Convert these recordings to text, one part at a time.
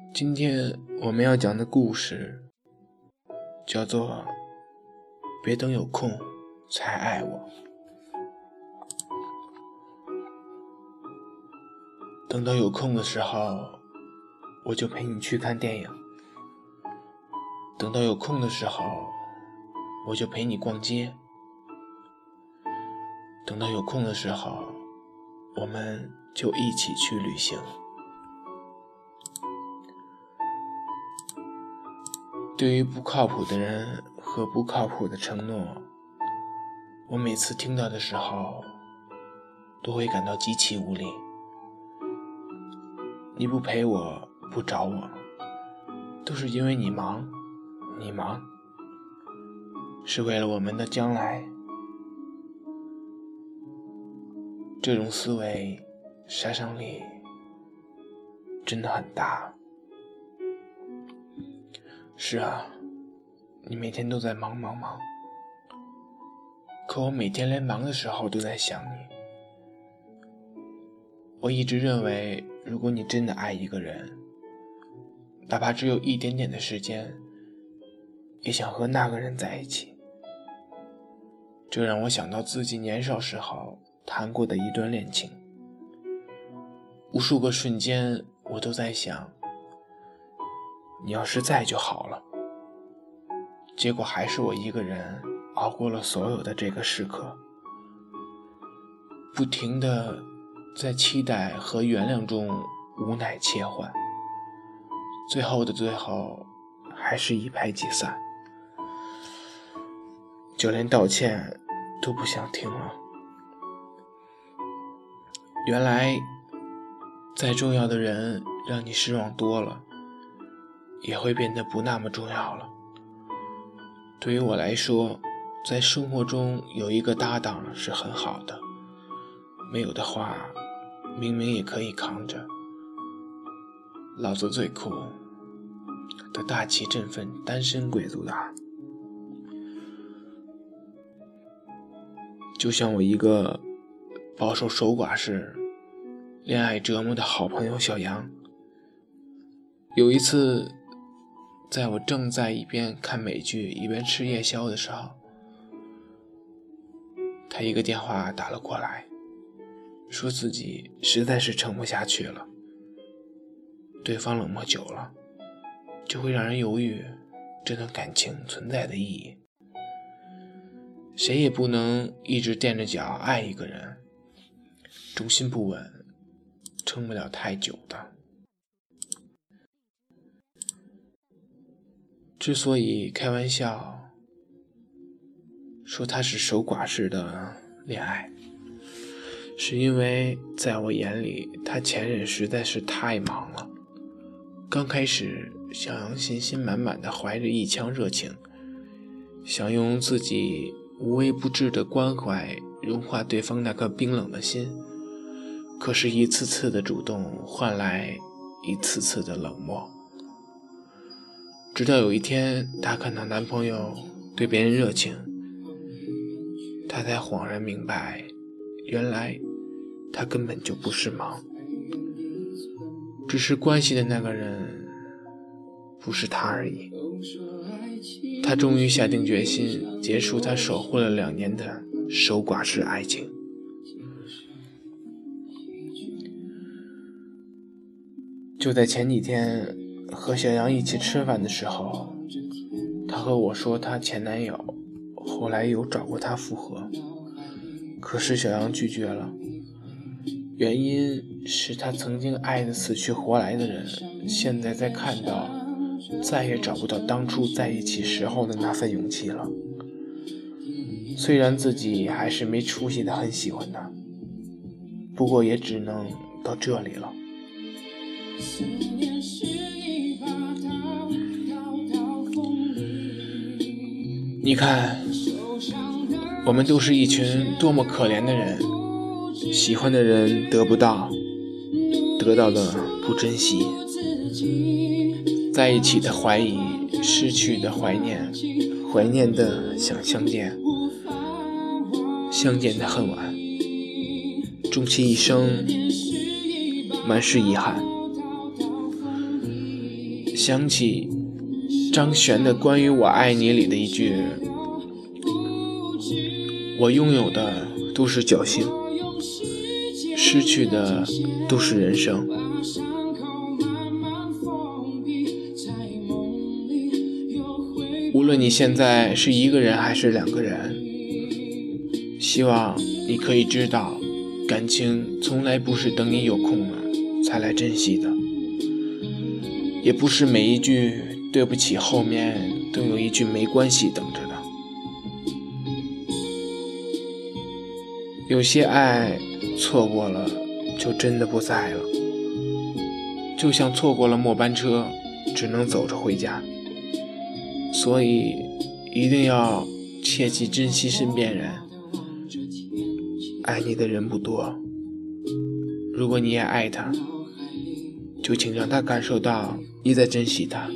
今天我们要讲的故事叫做别等有空才爱我。等到有空的时候，我就陪你去看电影。等到有空的时候，我就陪你逛街。等到有空的时候，我们就一起去旅行。对于不靠谱的人和不靠谱的承诺，我每次听到的时候都会感到极其无力。你不陪我，不找我，都是因为你忙，是为了我们的将来。这种思维杀伤力真的很大。是啊，你每天都在忙，可我每天连忙的时候都在想你。我一直认为，如果你真的爱一个人，哪怕只有一点点的时间，也想和那个人在一起。这让我想到自己年少时候谈过的一段恋情。无数个瞬间，我都在想，你要是在就好了。结果还是我一个人熬过了所有的这个时刻，不停地在期待和原谅中无奈切换，最后的最后还是一拍即散，就连道歉都不想听了。原来再重要的人让你失望多了，也会变得不那么重要了。对于我来说，在生活中有一个搭档是很好的，没有的话明明也可以扛着。老子最酷的大气振奋单身贵族的。就像我一个饱受守寡式恋爱折磨的好朋友小杨，有一次在我正在一边看美剧一边吃夜宵的时候，他一个电话打了过来，说自己实在是撑不下去了。对方冷漠久了，就会让人犹豫这段感情存在的意义。谁也不能一直垫着脚爱一个人，重心不稳，撑不了太久的。之所以开玩笑说他是守寡式的恋爱，是因为在我眼里他前任实在是太忙了。刚开始小杨信心满满的怀着一腔热情，想用自己无微不至的关怀融化对方那颗冰冷的心，可是一次次的主动换来一次次的冷漠。直到有一天，她看到男朋友对别人热情，她才恍然明白，原来他根本就不是忙，只是关系的那个人不是他而已。他终于下定决心结束他守护了2年的守寡式爱情。就在前几天和小杨一起吃饭的时候，他和我说他前男友后来有找过他复合，可是小杨拒绝了，原因是他曾经爱得死去活来的人，现在在看到再也找不到当初在一起时候的那份勇气了。虽然自己还是没出息的很喜欢他，不过也只能到这里了。你看，我们都是一群多么可怜的人，喜欢的人得不到，得到的不珍惜，在一起的怀疑，失去的怀念，怀念的想相见，相见的恨晚，终其一生满是遗憾。 想起张悬的关于我爱你里的一句，我拥有的都是侥幸，失去的都是人生。无论你现在是一个人还是两个人，希望你可以知道，感情从来不是等你有空了才来珍惜的，也不是每一句对不起后面都有一句没关系等着的。有些爱错过了就真的不在了，就像错过了末班车，只能走着回家。所以一定要切记珍惜身边人，爱你的人不多，如果你也爱他，就请让他感受到你在珍惜他，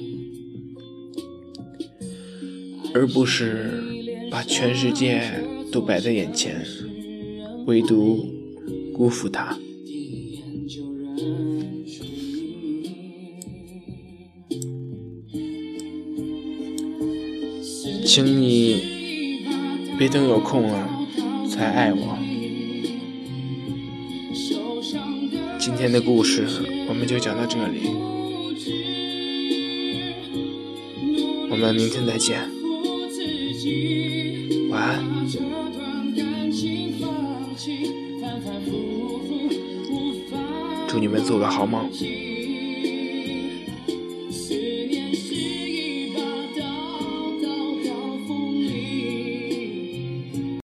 而不是把全世界都摆在眼前，唯独辜负他。请你别等有空了才爱我。今天的故事我们就讲到这里，我们明天再见，晚安。祝你们做个好梦。